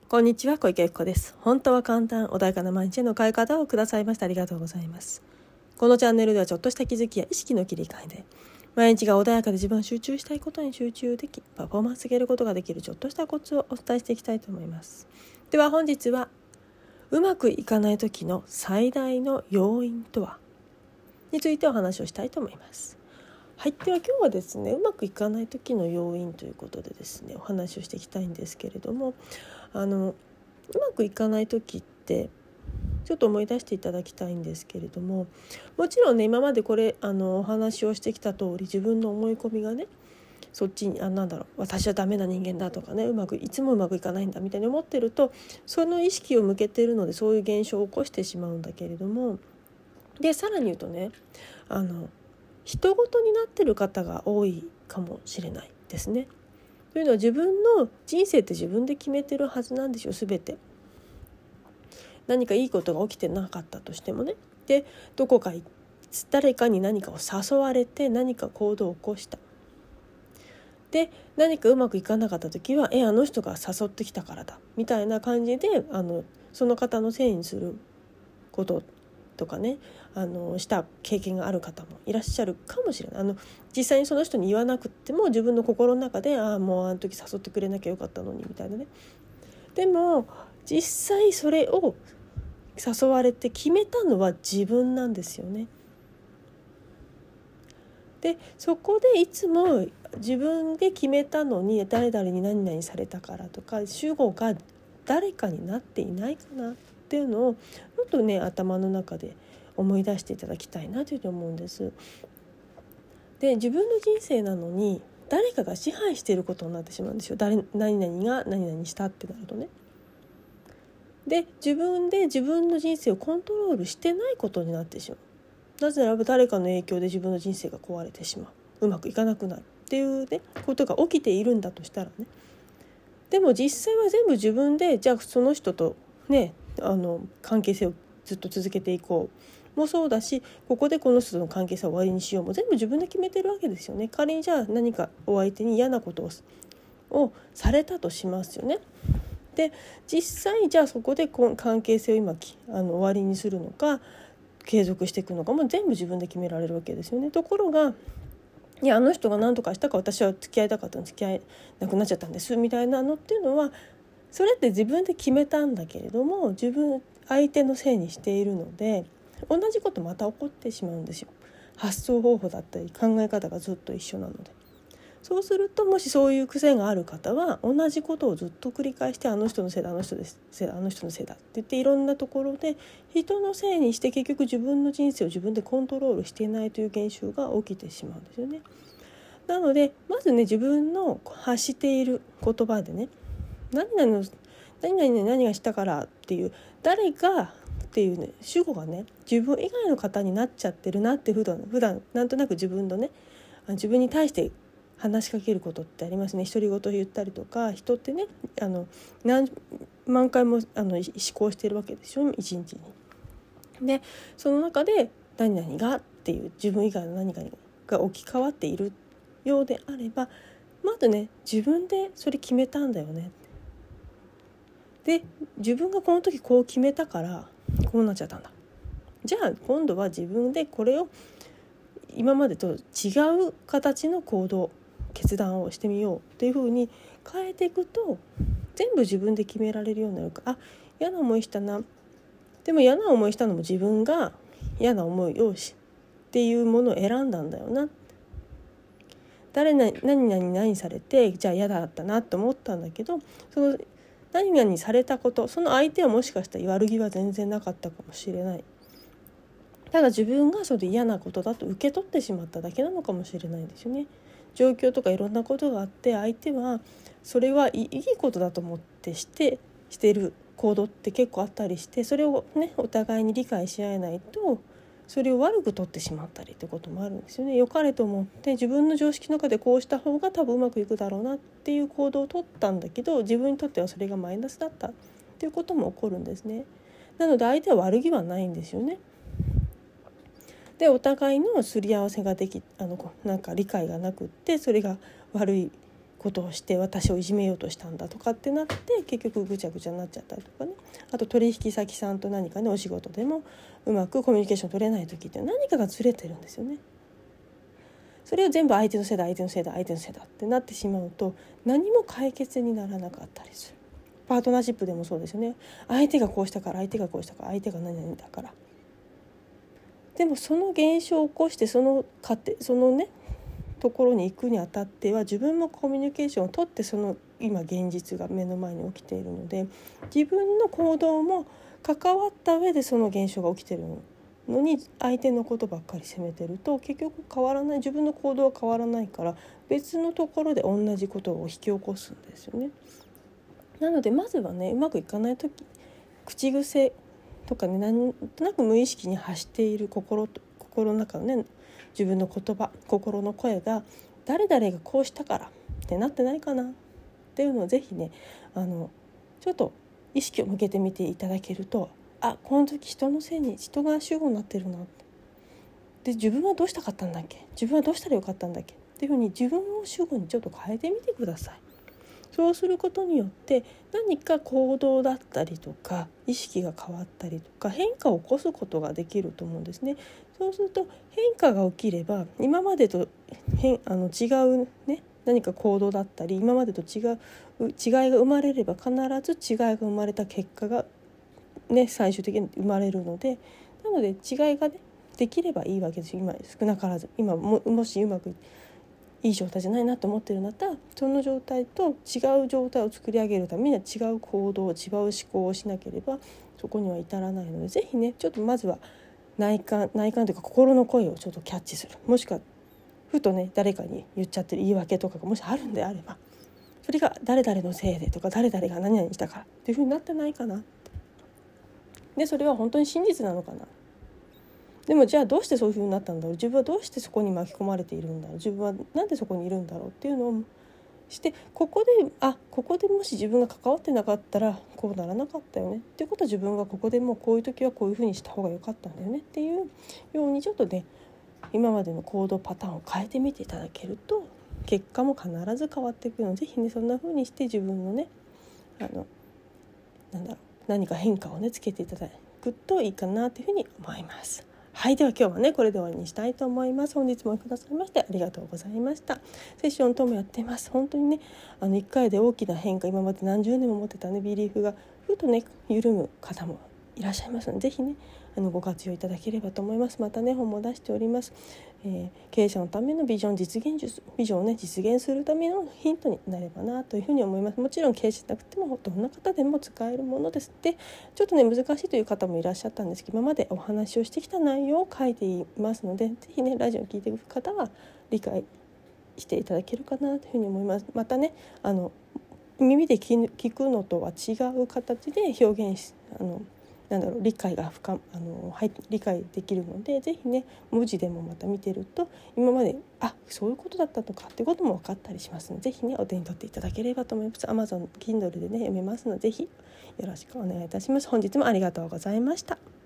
こんにちは、小池由紀子です。本当は簡単、穏やかな毎日への変え方をくださいましてありがとうございます。このチャンネルではちょっとした気づきや意識の切り替えで毎日が穏やかで自分を集中したいことに集中でき、パフォーマンス上げることができるちょっとしたコツをお伝えしていきたいと思います。では本日は、うまくいかない時の最大の要因とはについてお話をしたいと思います。はい、では今日はですね、うまくいかない時の要因ということでですね、お話をしていきたいんですけれども、うまくいかない時ってちょっと思い出していただきたいんですけれども、もちろんね、今までこれお話をしてきた通り、自分の思い込みがね、そっちに私はダメな人間だとかね、いつもうまくいかないんだみたいに思ってると、その意識を向けているのでそういう現象を起こしてしまうんだけれども、でさらに言うとね、人事になってる方が多いかもしれないですね。というのは、自分の人生って自分で決めてるはずなんですよ、全て。何かいいことが起きてなかったとしてもね、でどこか誰かに何かを誘われて何か行動を起こした。で何かうまくいかなかった時はあの人が誘ってきたからだみたいな感じでその方のせいにすることとかね、した経験がある方もいらっしゃるかもしれない。実際にその人に言わなくっても自分の心の中でもうあの時誘ってくれなきゃよかったのにみたいなね。でも実際それを誘われて決めたのは自分なんですよね。でそこでいつも自分で決めたのに誰々に何々されたからとか、主語が誰かになっていないかなっていうのをもっとね、頭の中で思い出していただきたいなというふうに思うんです。で自分の人生なのに誰かが支配していることになってしまうんですよ。何々が何々したってなるとね。で自分で自分の人生をコントロールしてないことになってしまう。なぜならば誰かの影響で自分の人生が壊れてしまう、うまくいかなくなるっていうね、ことが起きているんだとしたらね。でも実際は全部自分で、じゃあその人とね、関係性をずっと続けていこうもそうだし、ここでこの人との関係性を終わりにしようも全部自分で決めてるわけですよね。仮にじゃあ何かお相手に嫌なことをされたとしますよね。で実際じゃあそこで関係性を今終わりにするのか継続していくのかも全部自分で決められるわけですよね。ところがあの人が何とかしたか私は付き合いたかったのに付き合えなくなっちゃったんですみたいなのっていうのは、それって自分で決めたんだけれども相手のせいにしているので、同じことまた起こってしまうんですよ。発想方法だったり考え方がずっと一緒なので。そうすると、もしそういう癖がある方は同じことをずっと繰り返して、あの人のせいだ、あの人のせいだって言っていろんなところで人のせいにして、結局自分の人生を自分でコントロールしていないという現象が起きてしまうんですよね。なのでまずね、自分の発している言葉でね、何々で何がしたからっていう誰がっていうね、主語がね自分以外の方になっちゃってるなって普段なんとなく自分に対して話しかけることってありますね。独り言を言ったりとか、人ってね何万回も思考してるわけでしょ、一日に。でその中で何々がっていう自分以外の何かが置き換わっているようであれば、まずね、自分でそれ決めたんだよね。で自分がこの時こう決めたからこうなっちゃったんだ。じゃあ今度は自分でこれを今までと違う形の行動決断をしてみようっていう風に変えていくと、全部自分で決められるようになるから、嫌な思いしたな、でも嫌な思いしたのも自分が嫌な思いをっていうものを選んだんだよな。何々何されてじゃあ嫌だったなと思ったんだけど、その何々されたこと、その相手はもしかしたら悪気は全然なかったかもしれない。ただ自分がそれ嫌なことだと受け取ってしまっただけなのかもしれないんですよね。状況とかいろんなことがあって、相手はそれはいいことだと思ってしている行動って結構あったりして、それをねお互いに理解し合えないとそれを悪く取ってしまったりってこともあるんですよね。良かれと思って自分の常識の中でこうした方が多分うまくいくだろうなっていう行動を取ったんだけど、自分にとってはそれがマイナスだったっていうことも起こるんですね。なので相手は悪気はないんですよね。でお互いのすり合わせがなんか理解がなくって、それが悪いことをして私をいじめようとしたんだとかってなって結局ぐちゃぐちゃになっちゃったりとかね。あと取引先さんと何かねお仕事でもうまくコミュニケーション取れない時って何かがずれてるんですよね。それを全部相手のせいだってなってしまうと何も解決にならなかったりする。パートナーシップでもそうですよね。相手がこうしたから相手が何々だから。でもその現象を起こしてそのねところに行くにあたっては自分もコミュニケーションをとってその今現実が目の前に起きているので自分の行動も関わった上でその現象が起きているのに相手のことばっかり責めてると結局変わらない、自分の行動は変わらないから別のところで同じことを引き起こすんですよね。なのでまずはねうまくいかない時口癖とかねなんとなく無意識に発している心の中のね自分の言葉心の声が誰々がこうしたからってなってないかなっていうのをぜひねちょっと意識を向けてみていただけるとこの時人のせいに人が主語になってるなで自分はどうしたかったんだっけ自分はどうしたらよかったんだっけっていうふうに自分を主語にちょっと変えてみてください。そうすることによって何か行動だったりとか意識が変わったりとか変化を起こすことができると思うんですね。そうすると変化が起きれば今までと違うね何か行動だったり今までと違いが生まれれば必ず違いが生まれた結果がね最終的に生まれるのでなので違いがねできればいいわけですよ。今少なからず今 もしうまくいい状態じゃないなと思ってるんだったらその状態と違う状態を作り上げるためには違う行動違う思考をしなければそこには至らないのでぜひねちょっとまずは内観というか心の声をちょっとキャッチするもしくはふとね誰かに言っちゃってる言い訳とかがもしあるんであればそれが誰々のせいでとか誰々が何々したからっていう風になってないかなでそれは本当に真実なのかなでもじゃあどうしてそういう風になったんだろう自分はどうしてそこに巻き込まれているんだろう自分はなんでそこにいるんだろうっていうのをしてここでもし自分が関わってなかったらこうならなかったよねっていうことは自分がここでもうこういう時はこういう風にした方が良かったんだよねっていうようにちょっとね今までの行動パターンを変えてみていただけると結果も必ず変わっていくのでぜひねそんな風にして自分のね何か変化をねつけていただくといいかなというふうに思います。はい、では今日はねこれで終わりにしたいと思います。本日もくださいましてありがとうございました。セッション等もやっています。本当にね1回で大きな変化今まで何十年も持ってたねビリーフがふとね緩む方もいらっしゃいますのでぜひねご活用いただければと思います。またね本も出しております。経営者のためのビジョン実現術ビジョンをね実現するためのヒントになればなというふうに思います。もちろん経営者じゃなくてもどんな方でも使えるものです。でちょっとね難しいという方もいらっしゃったんですけど今までお話をしてきた内容を書いていますのでぜひねラジオを聞いている方は理解していただけるかなというふうに思います。またね耳で聞くのとは違う形で表現し理解できるのでぜひね文字でもまた見てると今までそういうことだったとかってことも分かったりしますのでぜひねお手に取っていただければと思います。 Amazon Kindle でね読めますのでぜひよろしくお願いいたします。本日もありがとうございました。